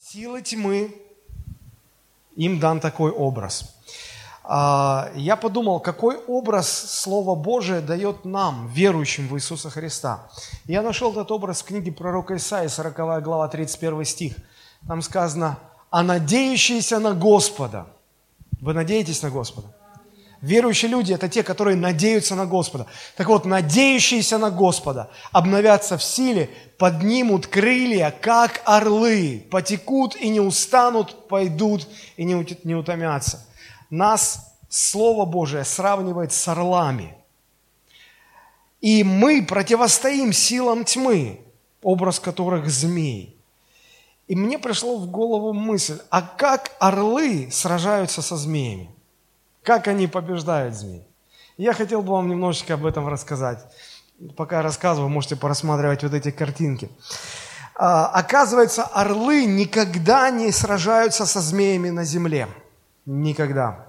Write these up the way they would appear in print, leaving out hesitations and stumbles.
Силы тьмы, им дан такой образ. Я подумал, какой образ Слово Божие дает нам, верующим в Иисуса Христа. Я нашел этот образ в книге пророка Исаии, 40 глава, 31 стих. Там сказано: «А надеющиеся на Господа». Вы надеетесь на Господа? Верующие люди – это те, которые надеются на Господа. Так вот, надеющиеся на Господа обновятся в силе, поднимут крылья, как орлы, потекут и не устанут, пойдут и не утомятся. Нас Слово Божие сравнивает с орлами. И мы противостоим силам тьмы, образ которых змей. И мне пришла в голову мысль, а как орлы сражаются со змеями? Как они побеждают змей? Я хотел бы вам немножечко об этом рассказать. Пока я рассказываю, можете порассматривать вот эти картинки. Оказывается, орлы никогда не сражаются со змеями на земле. Никогда.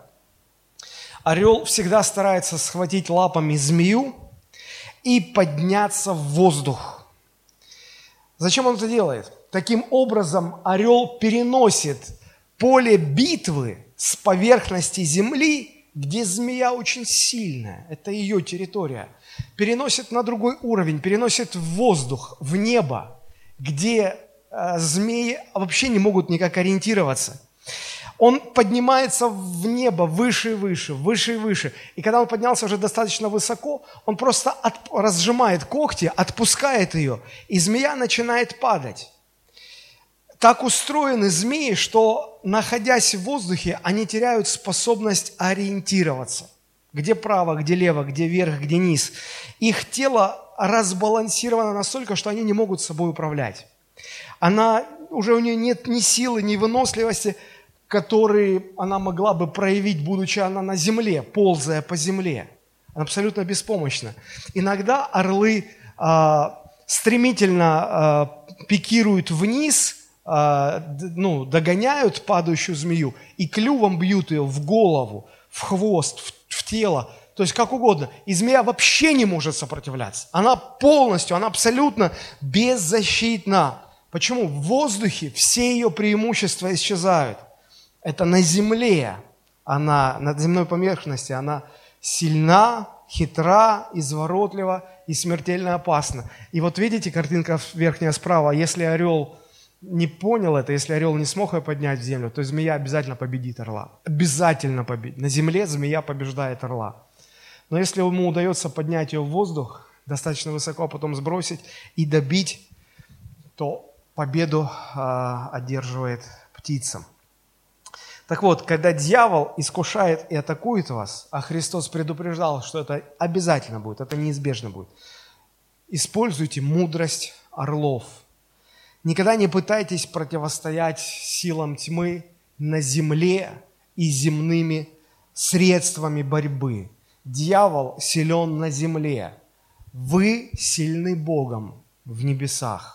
Орел всегда старается схватить лапами змею и подняться в воздух. Зачем он это делает? Таким образом, орел переносит поле битвы с поверхности земли, где змея очень сильная, это ее территория, переносит на другой уровень, переносит в воздух, в небо, где змеи вообще не могут никак ориентироваться. Он поднимается в небо выше и выше, выше и выше. И когда он поднялся уже достаточно высоко, он просто разжимает когти, отпускает ее, и змея начинает падать. Так устроены змеи, что, находясь в воздухе, они теряют способность ориентироваться. Где право, где лево, где вверх, где низ. Их тело разбалансировано настолько, что они не могут собой управлять. Уже у нее нет ни силы, ни выносливости, которые она могла бы проявить, будучи она на земле, ползая по земле. Она абсолютно беспомощна. Иногда орлы стремительно пикируют вниз, догоняют падающую змею и клювом бьют ее в голову, в хвост, в тело, то есть как угодно. И змея вообще не может сопротивляться. Она абсолютно беззащитна. Почему? В воздухе все ее преимущества исчезают. Это на земле, на земной поверхности, она сильна, хитра, изворотлива и смертельно опасна. И вот видите, картинка верхняя справа, если орел не понял это, если орел не смог ее поднять в землю, то змея обязательно победит орла. Обязательно победит. На земле змея побеждает орла. Но если ему удается поднять ее в воздух, достаточно высоко, а потом сбросить и добить, то победу одерживает птица. Так вот, когда дьявол искушает и атакует вас, а Христос предупреждал, что это обязательно будет, это неизбежно будет, используйте мудрость орлов. Никогда не пытайтесь противостоять силам тьмы на земле и земными средствами борьбы. Дьявол силен на земле. Вы сильны Богом в небесах.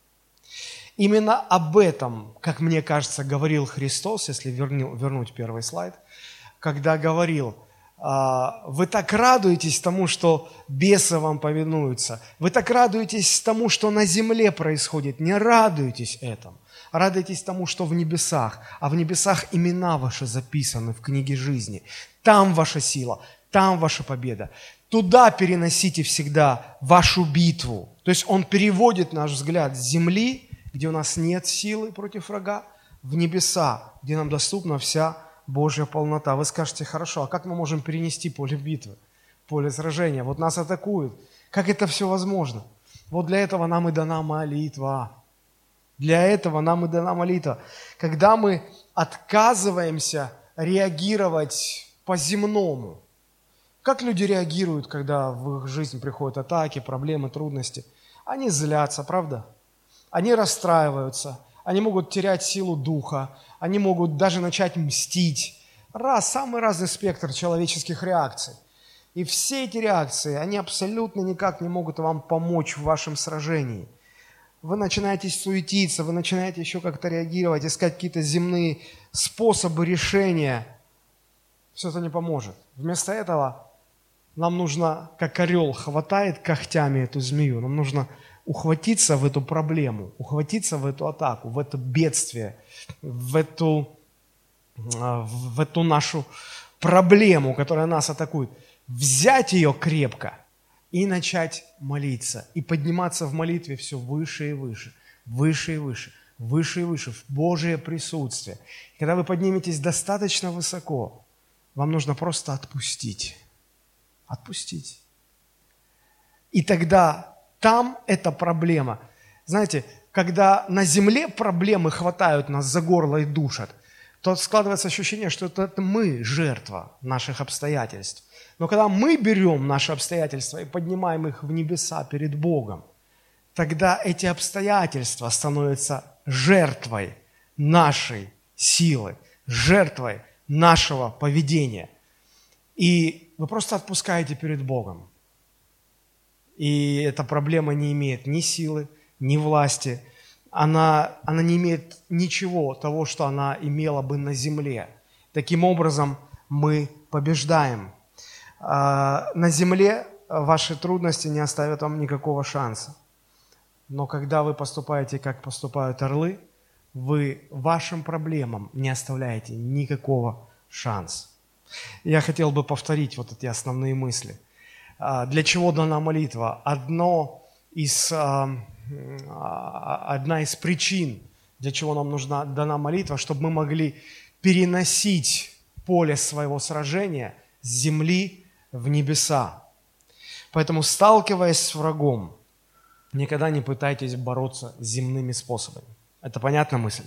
Именно об этом, как мне кажется, говорил Христос, если вернуть первый слайд, когда говорил: вы так радуетесь тому, что бесы вам повинуются, вы так радуетесь тому, что на земле происходит, не радуйтесь этому, радуйтесь тому, что в небесах, а в небесах имена ваши записаны в книге жизни, там ваша сила, там ваша победа, туда переносите всегда вашу битву. То есть Он переводит наш взгляд с земли, где у нас нет силы против врага, в небеса, где нам доступна вся Божья полнота. Вы скажете: хорошо, а как мы можем перенести поле битвы, поле сражения? Вот нас атакуют. Как это все возможно? Вот для этого нам и дана молитва. Для этого нам и дана молитва. Когда мы отказываемся реагировать по-земному. Как люди реагируют, когда в их жизнь приходят атаки, проблемы, трудности? Они злятся, правда? Они расстраиваются, они могут терять силу духа, они могут даже начать мстить. Самый разный спектр человеческих реакций. И все эти реакции, они абсолютно никак не могут вам помочь в вашем сражении. Вы начинаете суетиться, вы начинаете еще как-то реагировать, искать какие-то земные способы решения. Все это не поможет. Вместо этого нам нужно, как орел хватает когтями эту змею, нам нужно ухватиться в эту проблему, ухватиться в эту атаку, в это бедствие, в эту нашу проблему, которая нас атакует, взять ее крепко и начать молиться, и подниматься в молитве все выше и выше, выше и выше, выше и выше, в Божие присутствие. И когда вы подниметесь достаточно высоко, вам нужно просто отпустить. Отпустить. И тогда там эта проблема. Знаете, когда на земле проблемы хватают нас за горло и душат, то складывается ощущение, что это мы жертва наших обстоятельств. Но когда мы берем наши обстоятельства и поднимаем их в небеса перед Богом, тогда эти обстоятельства становятся жертвой нашей силы, жертвой нашего поведения. И вы просто отпускаете перед Богом. И эта проблема не имеет ни силы, ни власти. Она не имеет ничего того, что она имела бы на земле. Таким образом, мы побеждаем. На земле ваши трудности не оставят вам никакого шанса. Но когда вы поступаете, как поступают орлы, вы вашим проблемам не оставляете никакого шанса. Я хотел бы повторить вот эти основные мысли. Для чего дана молитва? Одна из причин, для чего нам нужна дана молитва, чтобы мы могли переносить поле своего сражения с земли в небеса. Поэтому, сталкиваясь с врагом, никогда не пытайтесь бороться земными способами. Это понятна мысль?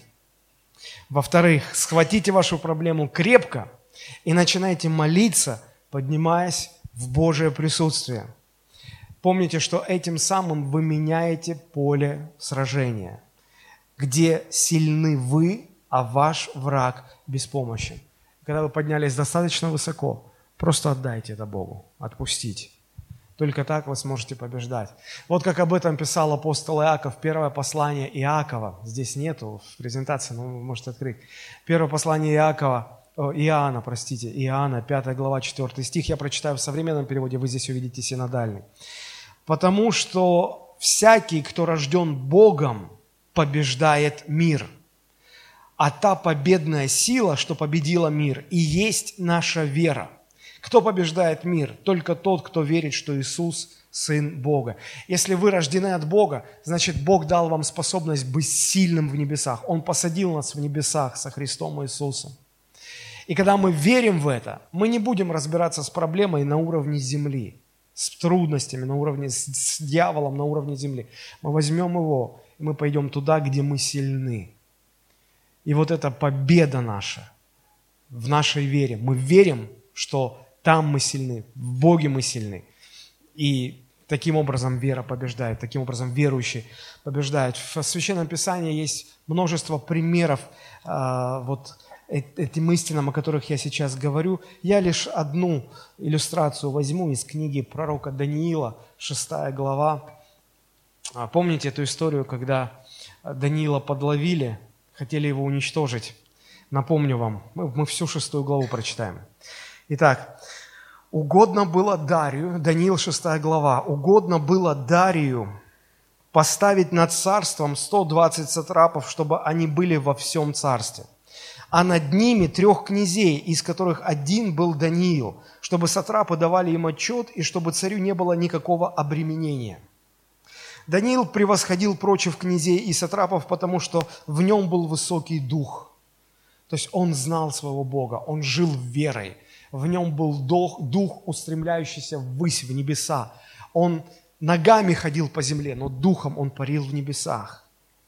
Во-вторых, схватите вашу проблему крепко и начинайте молиться, поднимаясь в Божие присутствие. Помните, что этим самым вы меняете поле сражения, где сильны вы, а ваш враг беспомощен. Когда вы поднялись достаточно высоко, просто отдайте это Богу, отпустите. Только так вы сможете побеждать. Вот как об этом писал апостол Иаков, первое послание Иакова. Здесь нету в презентации, но вы можете открыть. Первое послание Иоанна, 5 глава, 4 стих. Я прочитаю в современном переводе, вы здесь увидите синодальный. «Потому что всякий, кто рожден Богом, побеждает мир. А та победная сила, что победила мир, и есть наша вера». Кто побеждает мир? Только тот, кто верит, что Иисус – Сын Бога. Если вы рождены от Бога, значит, Бог дал вам способность быть сильным в небесах. Он посадил нас в небесах со Христом Иисусом. И когда мы верим в это, мы не будем разбираться с проблемой на уровне земли, с трудностями, на уровне, с дьяволом на уровне земли. Мы возьмем его, и мы пойдем туда, где мы сильны. И вот эта победа наша в нашей вере. Мы верим, что там мы сильны, в Боге мы сильны. И таким образом вера побеждает, таким образом верующие побеждают. В Священном Писании есть множество примеров вот этим истинам, о которых я сейчас говорю. Я лишь одну иллюстрацию возьму из книги пророка Даниила, 6 глава. Помните эту историю, когда Даниила подловили, хотели его уничтожить? Напомню вам, мы всю 6 главу прочитаем. Итак, угодно было Дарию, Даниил 6 глава, угодно было Дарию поставить над царством 120 сатрапов, чтобы они были во всем царстве, а над ними 3 князей, из которых один был Даниил, чтобы сатрапы давали им отчет и чтобы царю не было никакого обременения. Даниил превосходил прочих князей и сатрапов, потому что в нем был высокий дух. То есть он знал своего Бога, он жил верой. В нем был дух, устремляющийся ввысь, в небеса. Он ногами ходил по земле, но духом он парил в небесах.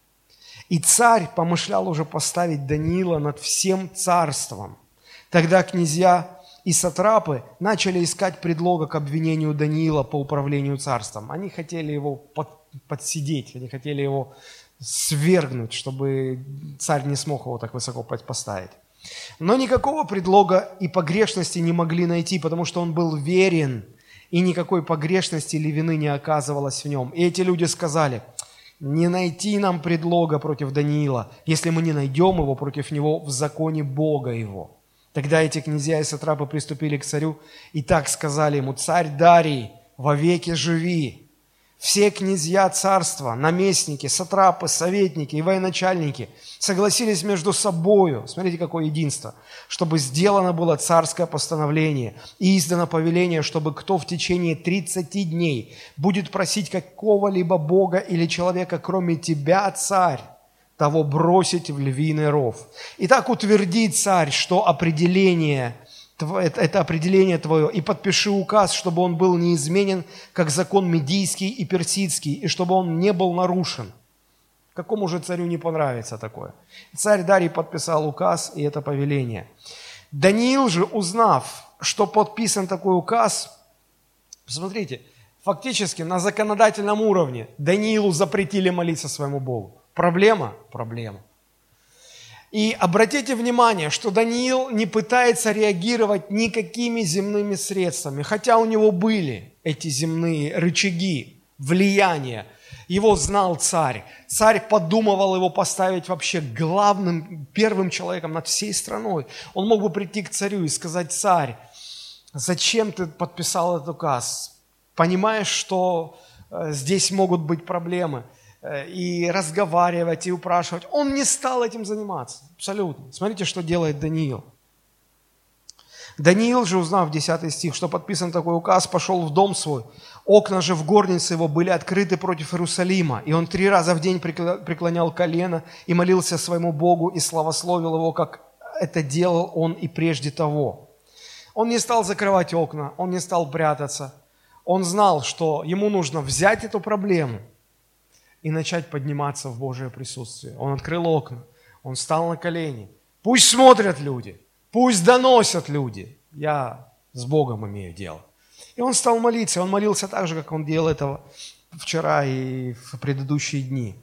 И царь помышлял уже поставить Даниила над всем царством. Тогда князья и сатрапы начали искать предлога к обвинению Даниила по управлению царством. Они хотели его подсидеть, они хотели его свергнуть, чтобы царь не смог его так высоко поставить. Но никакого предлога и погрешности не могли найти, потому что он был верен, и никакой погрешности или вины не оказывалось в нем. И эти люди сказали: не найти нам предлога против Даниила, если мы не найдем его против него в законе Бога его. Тогда эти князья и сатрапы приступили к царю и так сказали ему: царь Дарий, вовеки живи. Все князья царства, наместники, сатрапы, советники и военачальники согласились между собою, смотрите, какое единство, чтобы сделано было царское постановление и издано повеление, чтобы кто в течение 30 дней будет просить какого-либо бога или человека, кроме тебя, царь, того бросить в львиный ров. Итак, утверди, царь, что это определение твое, и подпиши указ, чтобы он был неизменен, как закон медийский и персидский, и чтобы он не был нарушен. Какому же царю не понравится такое? Царь Дарий подписал указ и это повеление. Даниил же, узнав, что подписан такой указ, посмотрите, фактически на законодательном уровне Даниилу запретили молиться своему Богу. Проблема? Проблема. И обратите внимание, что Даниил не пытается реагировать никакими земными средствами, хотя у него были эти земные рычаги, влияния. Его знал царь. Царь подумывал его поставить вообще главным, первым человеком над всей страной. Он мог бы прийти к царю и сказать: царь, зачем ты подписал этот указ? Понимаешь, что здесь могут быть проблемы? И разговаривать, и упрашивать. Он не стал этим заниматься. Абсолютно. Смотрите, что делает Даниил. Даниил же, узнав, 10 стих, что подписан такой указ, пошел в дом свой. Окна же в горнице его были открыты против Иерусалима. И он 3 раза в день преклонял колено и молился своему Богу и славословил его, как это делал он и прежде того. Он не стал закрывать окна, он не стал прятаться. Он знал, что ему нужно взять эту проблему и начать подниматься в Божие присутствие. Он открыл окна, он встал на колени. Пусть смотрят люди, пусть доносят люди. Я с Богом имею дело. И он стал молиться. Он молился так же, как он делал этого вчера и в предыдущие дни.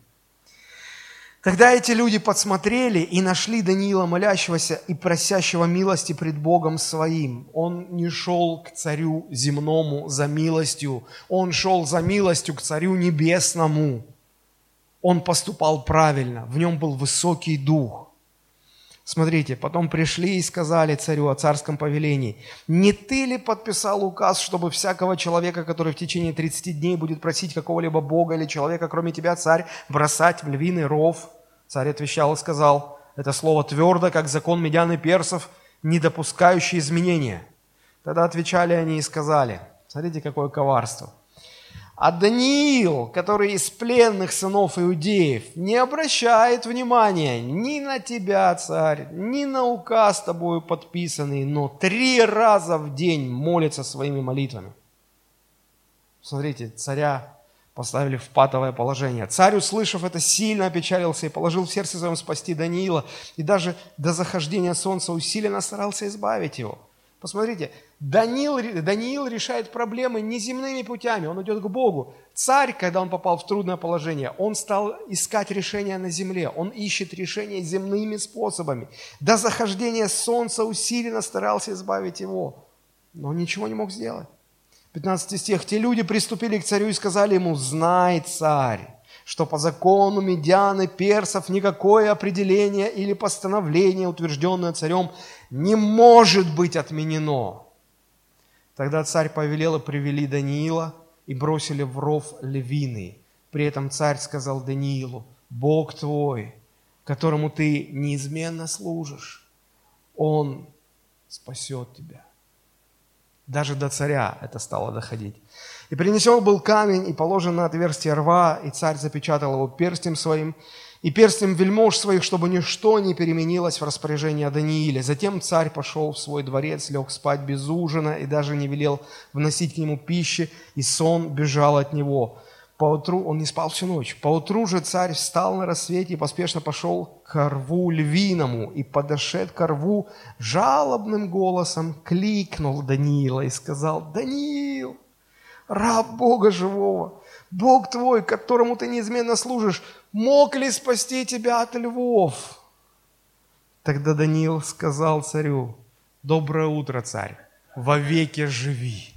Тогда эти люди подсмотрели и нашли Даниила молящегося и просящего милости пред Богом своим. Он не шел к царю земному за милостью, он шел за милостью к царю небесному. Он поступал правильно, в нем был высокий дух. Смотрите, потом пришли и сказали царю о царском повелении: «Не ты ли подписал указ, чтобы всякого человека, который в течение 30 дней будет просить какого-либо бога или человека, кроме тебя, царь, бросать в львиный ров?» Царь отвечал и сказал: «Это слово твердо, как закон медян и персов, не допускающий изменения». Тогда отвечали они и сказали, смотрите, какое коварство: «А Даниил, который из пленных сынов иудеев, не обращает внимания ни на тебя, царь, ни на указ тобою подписанный, но 3 раза в день молится своими молитвами». Смотрите, царя поставили в патовое положение. Царь, услышав это, сильно опечалился и положил в сердце своем спасти Даниила, и даже до захождения солнца усиленно старался избавить его. Посмотрите, Даниил решает проблемы неземными путями, он идет к Богу. Царь, когда он попал в трудное положение, он стал искать решения на земле, он ищет решения земными способами. До захождения солнца усиленно старался избавить его, но ничего не мог сделать. 15 стих. «Те люди приступили к царю и сказали ему: знай, царь, что по закону медян и персов никакое определение или постановление, утвержденное царем, не может быть отменено». Тогда царь повелел, и привели Даниила, и бросили в ров львиный. При этом царь сказал Даниилу: «Бог твой, которому ты неизменно служишь, Он спасет тебя». Даже до царя это стало доходить. «И принесен был камень, и положен на отверстие рва, и царь запечатал его перстнем своим, и перстнем вельмож своих, чтобы ничто не переменилось в распоряжении о Данииле. Затем царь пошел в свой дворец, лег спать без ужина, и даже не велел вносить к нему пищи, и сон бежал от него. Поутру он не спал всю ночь. Поутру же царь встал на рассвете и поспешно пошел к рву львиному, и, подошед к рву, жалобным голосом кликнул Даниила и сказал: «Даниил, раб Бога живого, Бог твой, которому ты неизменно служишь, мог ли спасти тебя от львов?» Тогда Даниил сказал царю: «Доброе утро, царь, вовеки живи».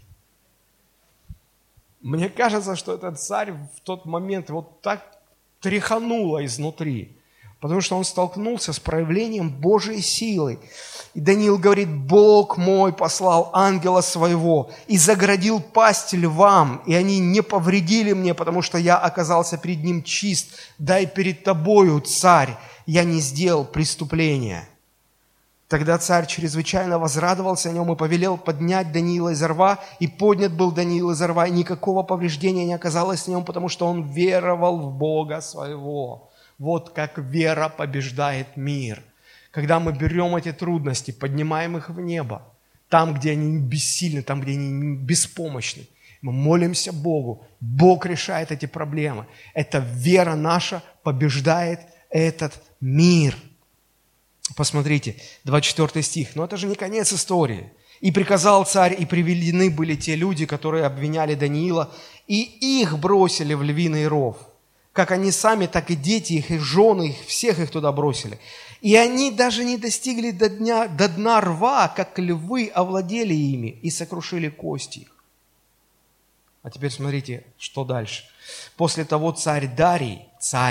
Мне кажется, что этот царь в тот момент вот так тряхануло изнутри. потому что он столкнулся с проявлением Божьей силы. И Даниил говорит: Бог мой послал ангела своего и заградил пасть львам, и они не повредили мне, потому что я оказался перед ним чист. Дай перед тобою, царь, я не сделал преступления. Тогда царь чрезвычайно возрадовался о нем и повелел поднять Даниила из рва, и поднят был Даниил из рва, и никакого повреждения не оказалось на нем, потому что он веровал в Бога своего. Вот как вера побеждает мир. Когда мы берем эти трудности, поднимаем их в небо, там, где они бессильны, там, где они беспомощны, мы молимся Богу, Бог решает эти проблемы. Эта вера наша побеждает этот мир. Посмотрите, 24 стих. Но это же не конец истории. «И приказал царь, и приведены были те люди, которые обвиняли Даниила, и их бросили в львиный ров. Как они сами, так и дети их, и жены их, всех их туда бросили. И они даже не достигли до дна рва, как львы овладели ими и сокрушили кости их». А теперь смотрите, что дальше. «После того царь Дарий,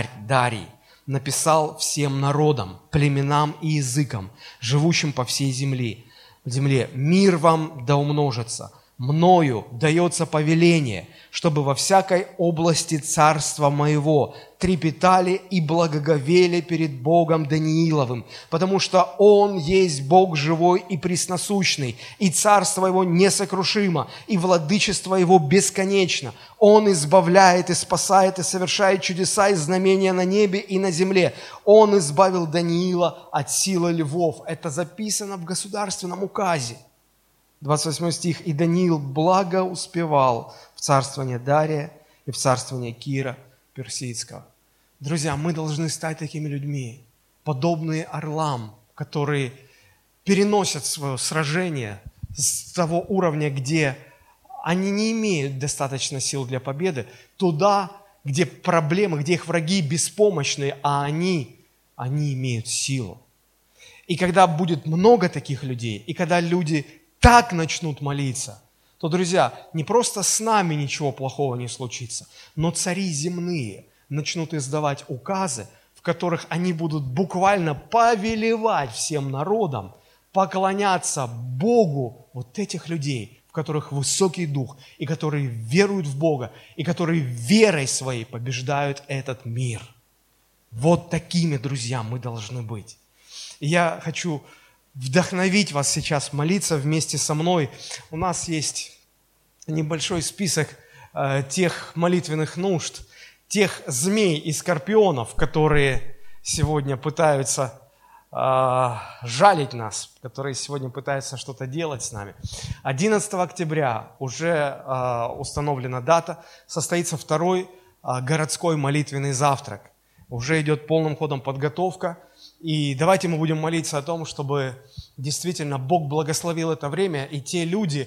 написал всем народам, племенам и языкам, живущим по всей земле, мир вам да умножится. Мною дается повеление, чтобы во всякой области царства моего трепетали и благоговели перед Богом Данииловым, потому что Он есть Бог живой и пресносущный, и царство Его несокрушимо, и владычество Его бесконечно. Он избавляет и спасает и совершает чудеса и знамения на небе и на земле. Он избавил Даниила от силы львов». Это записано в государственном указе. 28 стих. «И Даниил благоуспевал в царствование Дария и в царствование Кира Персидского». Друзья, мы должны стать такими людьми, подобные орлам, которые переносят свое сражение с того уровня, где они не имеют достаточно сил для победы, туда, где проблемы, где их враги беспомощны, а они имеют силу. И когда будет много таких людей, и когда люди так начнут молиться, то, друзья, не просто с нами ничего плохого не случится, но цари земные начнут издавать указы, в которых они будут буквально повелевать всем народам поклоняться Богу вот этих людей, в которых высокий дух, и которые веруют в Бога, и которые верой своей побеждают этот мир. Вот такими, друзья, мы должны быть. И я хочу вдохновить вас сейчас молиться вместе со мной. У нас есть небольшой список тех молитвенных нужд, тех змей и скорпионов, которые сегодня пытаются жалить нас, которые сегодня пытаются что-то делать с нами. 11 октября уже установлена дата, состоится второй городской молитвенный завтрак. Уже идет полным ходом подготовка. И давайте мы будем молиться о том, чтобы действительно Бог благословил это время, и те люди,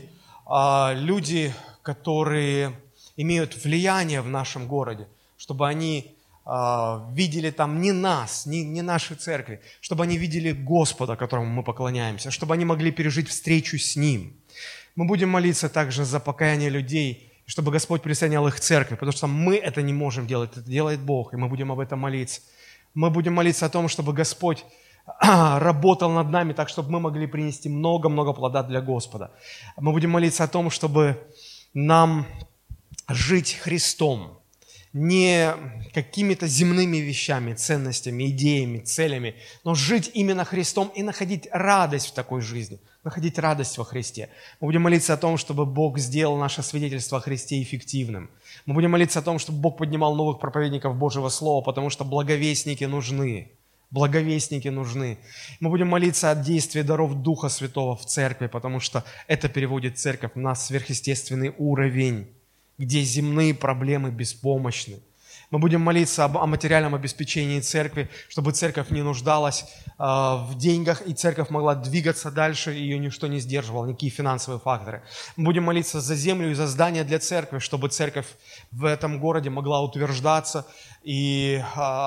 которые имеют влияние в нашем городе, чтобы они видели там не нас, не наши церкви, чтобы они видели Господа, которому мы поклоняемся, чтобы они могли пережить встречу с Ним. Мы будем молиться также за покаяние людей, чтобы Господь присоединял их к церкви, потому что мы это не можем делать, это делает Бог, и мы будем об этом молиться. Мы будем молиться о том, чтобы Господь работал над нами так, чтобы мы могли принести много-много плода для Господа. Мы будем молиться о том, чтобы нам жить Христом, не какими-то земными вещами, ценностями, идеями, целями, но жить именно Христом и находить радость в такой жизни, находить радость во Христе. Мы будем молиться о том, чтобы Бог сделал наше свидетельство о Христе эффективным. Мы будем молиться о том, чтобы Бог поднимал новых проповедников Божьего Слова, потому что благовестники нужны. Благовестники нужны. Мы будем молиться о действии даров Духа Святого в церкви, потому что это переводит церковь на сверхъестественный уровень, где земные проблемы беспомощны. Мы будем молиться о материальном обеспечении церкви, чтобы церковь не нуждалась в деньгах, и церковь могла двигаться дальше, ее ничто не сдерживало, никакие финансовые факторы. Мы будем молиться за землю и за здание для церкви, чтобы церковь в этом городе могла утверждаться, и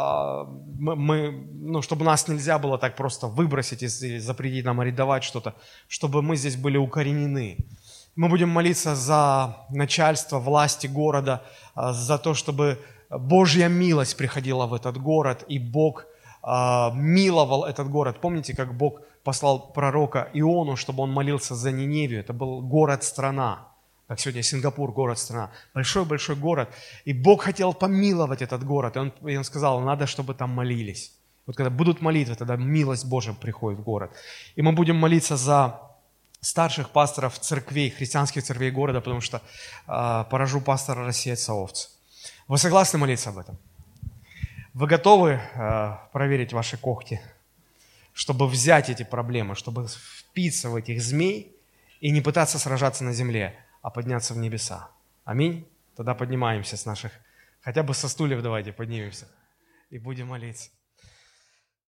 чтобы нас нельзя было так просто выбросить или запретить нам арендовать что-то, чтобы мы здесь были укоренены. Мы будем молиться за начальство, власти города, за то, чтобы Божья милость приходила в этот город, и Бог миловал этот город. Помните, как Бог послал пророка Иону, чтобы он молился за Ниневию? Это был город-страна, как сегодня Сингапур, город-страна. Большой-большой город. И Бог хотел помиловать этот город. И он сказал, надо, чтобы там молились. Вот когда будут молитвы, тогда милость Божия приходит в город. И мы будем молиться за старших пасторов церквей, христианских церквей города, потому что поражу пастора рассеяться овцы. Вы согласны молиться об этом? Вы готовы проверить ваши когти, чтобы взять эти проблемы, чтобы впиться в этих змей и не пытаться сражаться на земле, а подняться в небеса? Аминь? Тогда поднимаемся с наших, хотя бы со стульев давайте поднимемся и будем молиться.